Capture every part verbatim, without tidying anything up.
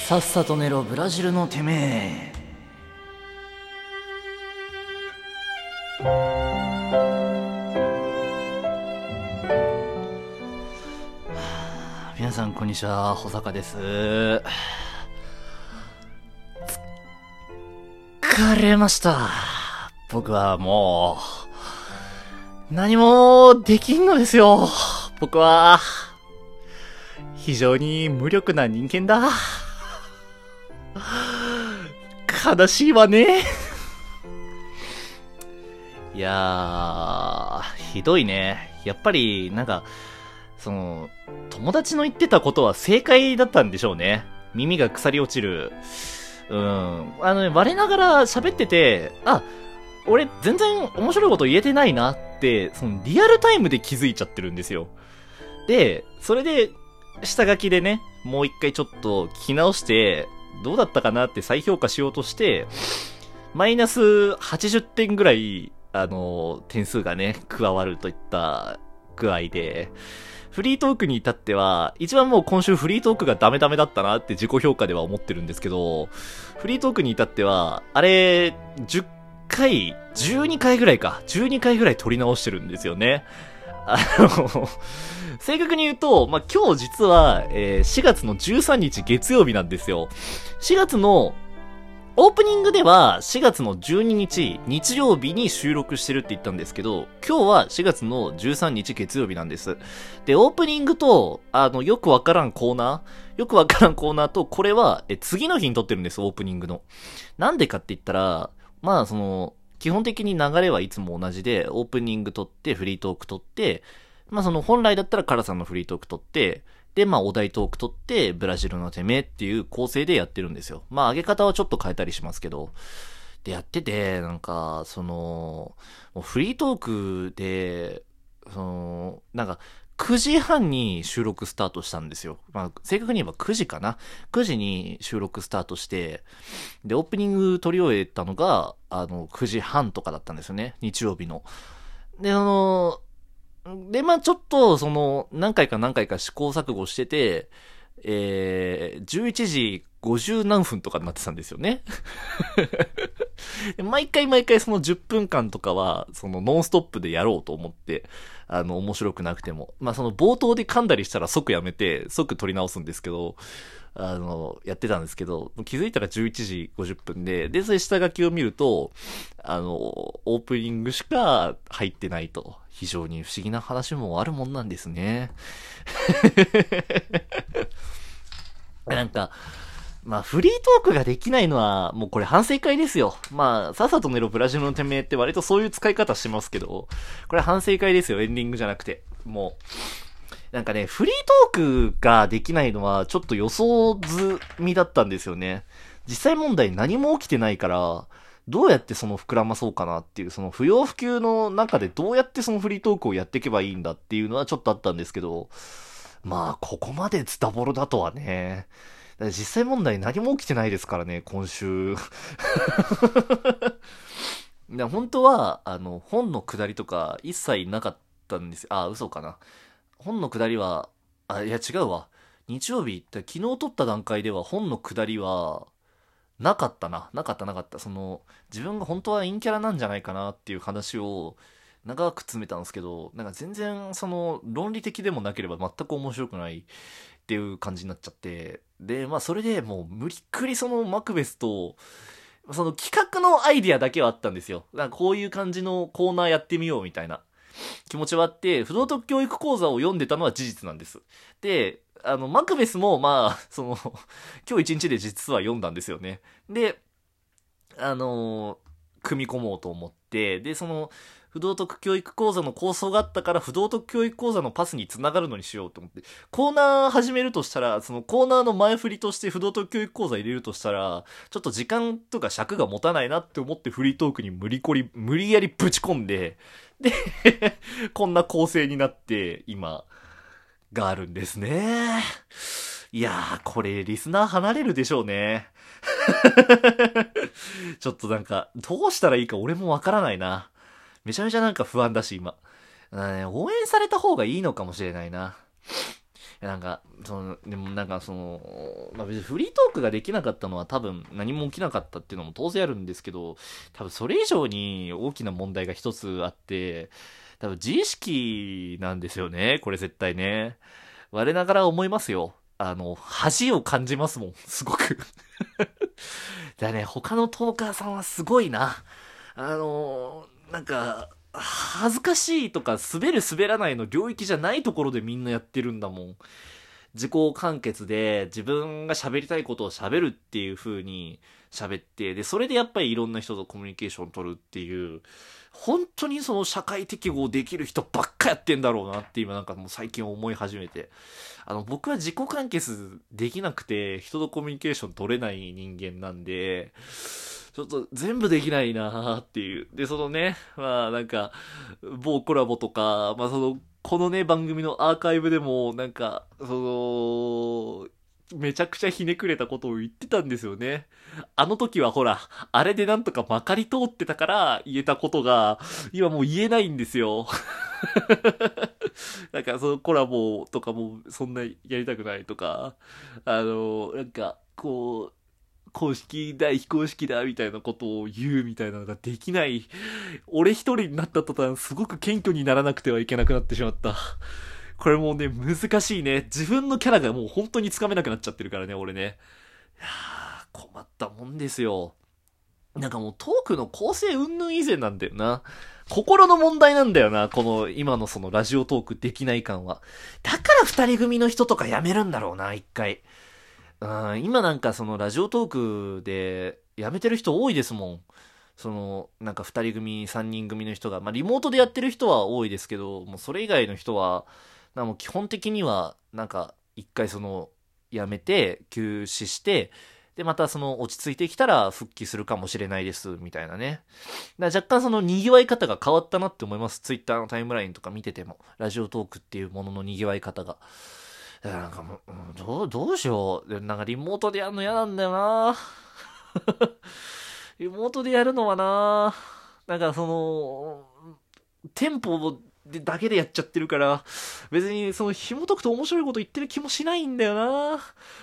さっさと寝ろブラジルのてめえ。皆さんこんにちは、保坂です。疲れました。僕はもう何もできんのですよ。僕は非常に無力な人間だ。悲しいわね。いやー、ひどいね。やっぱりなんかその友達の言ってたことは正解だったんでしょうね。耳が腐り落ちる。うん。あのね、我ながら喋ってて、あ、俺全然面白いこと言えてないなって、そのリアルタイムで気づいちゃってるんですよ。で、それで、下書きでね、もう一回ちょっと聞き直して、どうだったかなって再評価しようとして、マイナスはちじゅってんぐらい、あの、点数がね、加わるといった具合で、フリートークに至っては、一番もう今週フリートークがダメダメだったなって自己評価では思ってるんですけど、フリートークに至っては、あれ、じゅっかい、じゅうにかいぐらいか、じゅうにかいぐらい撮り直してるんですよね。あの、正確に言うと、まあ、今日実は、えー、しがつのじゅうさんにち月曜日なんですよ。しがつの、オープニングではしがつのじゅうににち日曜日に収録してるって言ったんですけど、今日はしがつのじゅうさんにち月曜日なんです。で、オープニングと、あの、よくわからんコーナーよくわからんコーナーと、これは、え、次の日に撮ってるんです、オープニングの。なんでかって言ったら、まあ、その、基本的に流れはいつも同じで、オープニング撮って、フリートーク撮って、まあその本来だったらカラさんのフリートーク撮って、でまあお題トーク撮って、ブラジルのてめえっていう構成でやってるんですよ。まあ上げ方はちょっと変えたりしますけど。でやってて、なんか、その、もうフリートークで、その、なんか、くじはんに収録スタートしたんですよ。まあ正確に言えばくじかな。くじに収録スタートして、でオープニング撮り終えたのが、あの、くじはんとかだったんですよね。日曜日の。で、あの、で、まあちょっと、その、何回か何回か試行錯誤してて、えー、じゅういちじごじゅうなんふんとかになってたんですよね。毎回毎回そのじゅっぷんかんとかは、そのノンストップでやろうと思って、あの、面白くなくても。まあその冒頭で噛んだりしたら即やめて、即取り直すんですけど、あの、やってたんですけど、気づいたらじゅういちじごじゅっぷんで、で、それ下書きを見ると、あの、オープニングしか入ってないと。非常に不思議な話もあるもんなんですね。なんか、まあ、フリートークができないのは、もうこれ反省会ですよ。まあ、さっさと寝ろブラジルのてめえって割とそういう使い方してますけど、これ反省会ですよ、エンディングじゃなくて。もう。なんかね、フリートークができないのはちょっと予想済みだったんですよね。実際問題何も起きてないから、どうやってその膨らまそうかなっていう、その不要不急の中でどうやってそのフリートークをやっていけばいいんだっていうのはちょっとあったんですけど、まあ、ここまでズタボロだとはね。だから実際問題何も起きてないですからね、今週。本当は、あの、本の下りとか一切なかったんですよ。あ、嘘かな。本の下りは、あ、いや違うわ。日曜日って昨日撮った段階では本の下りは、なかったな。なかったなかった。その、自分が本当は陰キャラなんじゃないかなっていう話を長く詰めたんですけど、なんか全然その論理的でもなければ全く面白くないっていう感じになっちゃって。で、まあそれでもう無理っくりそのマクベスと、その企画のアイディアだけはあったんですよ。なんかこういう感じのコーナーやってみようみたいな気持ちはあって、不道徳教育講座を読んでたのは事実なんです。で、あの、マクベスも、まあ、その、今日一日で実は読んだんですよね。で、あのー、組み込もうと思って、で、その、不道徳教育講座の構想があったから、不道徳教育講座のパスに繋がるのにしようと思って、コーナー始めるとしたら、そのコーナーの前振りとして不道徳教育講座入れるとしたら、ちょっと時間とか尺が持たないなって思ってフリートークに無理こり、無理やりぶち込んで、で、こんな構成になって、今、があるんですね。いやー、これリスナー離れるでしょうね。ちょっとなんか、どうしたらいいか俺もわからないな。めちゃめちゃなんか不安だし、今。ね、応援された方がいいのかもしれないな。 やなんか、その、でもなんかその、まあ別にフリートークができなかったのは多分何も起きなかったっていうのも当然あるんですけど、多分それ以上に大きな問題が一つあって、多分自意識なんですよね、これ絶対ね。我ながら思いますよ。あの、恥を感じますもん、すごく。だね、他のトーカーさんはすごいな。あの、なんか、恥ずかしいとか滑る滑らないの領域じゃないところでみんなやってるんだもん。自己完結で自分が喋りたいことを喋るっていう風に喋って、で、それでやっぱりいろんな人とコミュニケーションを取るっていう、本当にその社会適合できる人ばっかやってんだろうなって今なんかもう最近思い始めて。あの、僕は自己完結できなくて人とコミュニケーション取れない人間なんで、ちょっと全部できないなーっていう。で、そのね、まあなんか、某コラボとか、まあその、このね、番組のアーカイブでも、なんか、その、めちゃくちゃひねくれたことを言ってたんですよね。あの時はほら、あれでなんとかまかり通ってたから言えたことが、今もう言えないんですよ。なんかそのコラボとかもそんなやりたくないとか、あの、なんか、こう、公式だ、非公式だ、みたいなことを言うみたいなのができない。俺一人になった途端、すごく謙虚にならなくてはいけなくなってしまった。これもうね、難しいね。自分のキャラがもう本当につかめなくなっちゃってるからね、俺ね。いやー、困ったもんですよ。なんかもうトークの構成云々以前なんだよな。心の問題なんだよな、この今のそのラジオトークできない感は。だから二人組の人とかやめるんだろうな、一回。うん、今なんかそのラジオトークで辞めてる人多いですもん。そのなんかふたり組さんにん組の人が、まあリモートでやってる人は多いですけど、もうそれ以外の人はなんかもう基本的にはなんか一回その辞めて休止して、でまたその落ち着いてきたら復帰するかもしれないですみたいなね。だから若干その賑わい方が変わったなって思います。ツイッターのタイムラインとか見ててもラジオトークっていうものの賑わい方が。なんかもう、どう、どうしよう。なんかリモートでやるの嫌なんだよなリモートでやるのはななんかその、テンポでだけでやっちゃってるから、別にその紐解くと面白いこと言ってる気もしないんだよな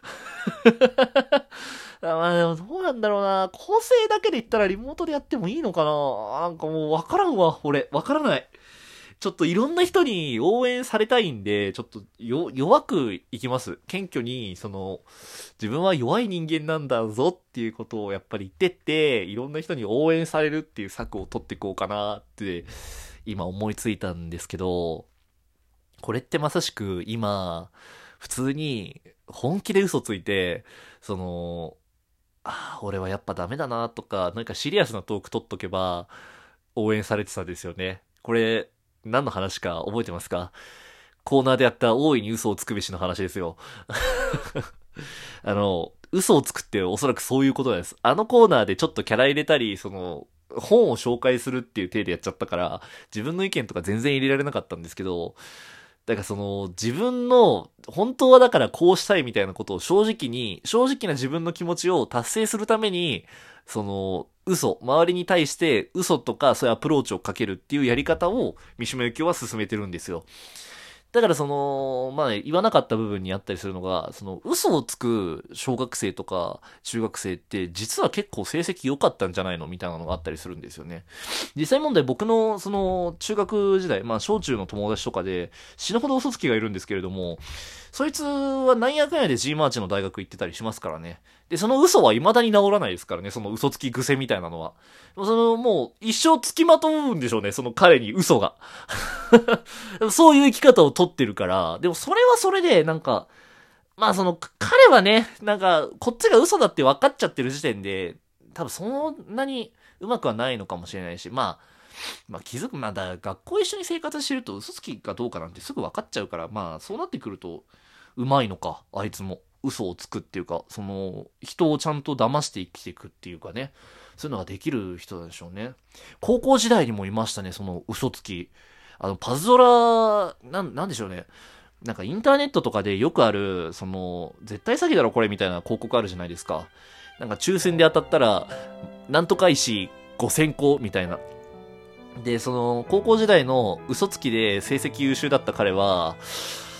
まあでもどうなんだろうな構成だけで言ったらリモートでやってもいいのかななんかもうわからんわ、俺。わからない。ちょっといろんな人に応援されたいんで、ちょっとよ、弱くいきます。謙虚に、その、自分は弱い人間なんだぞっていうことをやっぱり言ってって、いろんな人に応援されるっていう策を取っていこうかなって、今思いついたんですけど、これってまさしく今、普通に本気で嘘ついて、その、ああ、俺はやっぱダメだなとか、なんかシリアスなトーク取っとけば、応援されてたんですよね。これ、何の話か覚えてますか？コーナーでやった大いに嘘をつくべしの話ですよ。あの、嘘をつくっておそらくそういうことです。あのコーナーでちょっとキャラ入れたり、その、本を紹介するっていう体でやっちゃったから、自分の意見とか全然入れられなかったんですけど、だからその、自分の、本当はだからこうしたいみたいなことを正直に、正直な自分の気持ちを達成するために、その、嘘、周りに対して嘘とかそういうアプローチをかけるっていうやり方を三島由紀夫は進めてるんですよ。だからその、まあ、言わなかった部分にあったりするのが、その嘘をつく小学生とか中学生って実は結構成績良かったんじゃないのみたいなのがあったりするんですよね。実際問題僕のその中学時代、まあ小中の友達とかで死ぬほど嘘つきがいるんですけれども、そいつはなんやかんやで G マーチの大学行ってたりしますからね。で、その嘘は未だに治らないですからね、その嘘つき癖みたいなのは。そのもう一生つきまとうんでしょうね、その彼に嘘が。そういう生き方をとってるから、でもそれはそれで、なんか、まあその、彼はね、なんか、こっちが嘘だって分かっちゃってる時点で、多分そんなにうまくはないのかもしれないし、まあ、まあ気づく、まあだ、学校一緒に生活してると嘘つきかどうかなんてすぐ分かっちゃうから、まあそうなってくると、うまいのか、あいつも。嘘をつくっていうか、その、人をちゃんと騙して生きていくっていうかね、そういうのができる人なんでしょうね。高校時代にもいましたね、その嘘つき。あの、パズドラ、なん、なんでしょうね。なんかインターネットとかでよくある、その、絶対詐欺だろこれみたいな広告あるじゃないですか。なんか抽選で当たったら、なんとか石ごせんこみたいな。で、その、高校時代の嘘つきで成績優秀だった彼は、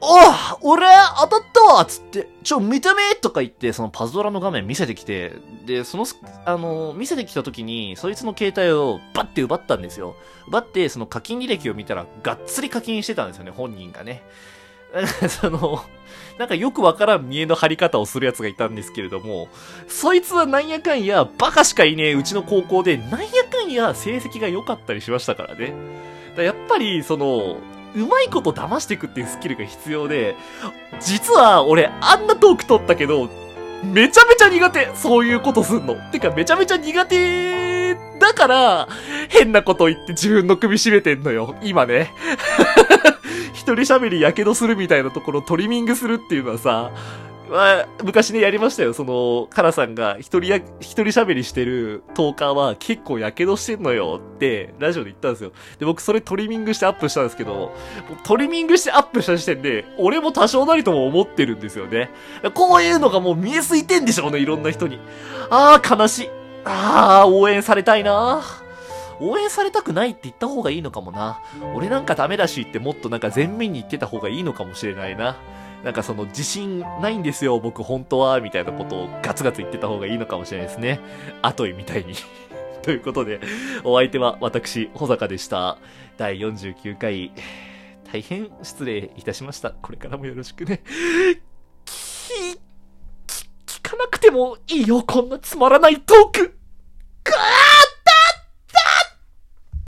おぉ俺当たったわつって、ちょ、見た目とか言って、そのパズドラの画面見せてきて、で、その、あの、見せてきた時に、そいつの携帯をバッて奪ったんですよ。奪って、その課金履歴を見たら、がっつり課金してたんですよね、本人がね。その、なんかよくわからん見栄の張り方をするやつがいたんですけれども、そいつはなんやかんや、バカしかいねえうちの高校で、なんやかんや成績が良かったりしましたからね。だやっぱり、その、うまいこと騙していくっていうスキルが必要で、実は俺あんなトーク取ったけど、めちゃめちゃ苦手そういうことすんの。てかめちゃめちゃ苦手だから、変なこと言って自分の首絞めてんのよ。今ね。一人喋りやけどするみたいなところをトリミングするっていうのはさ、まあ、昔ねやりましたよ。その、カナさんが一人や、一人喋りしてるトーカーは結構やけどしてんのよって、ラジオで言ったんですよ。で、僕それトリミングしてアップしたんですけど、トリミングしてアップした時点で、俺も多少なりとも思ってるんですよね。こういうのがもう見えすいてんでしょうね、いろんな人に。あー、悲しい。あー、応援されたいな応援されたくないって言った方がいいのかもな。俺なんかダメだしってもっとなんか前面に言ってた方がいいのかもしれないな。なんかその自信ないんですよ僕本当はみたいなことをガツガツ言ってた方がいいのかもしれないですね。あといみたいにということでお相手は私保坂でした。だいよんじゅうきゅうかい大変失礼いたしました。これからもよろしくね。き、き、聞かなくてもいいよこんなつまらないトーク。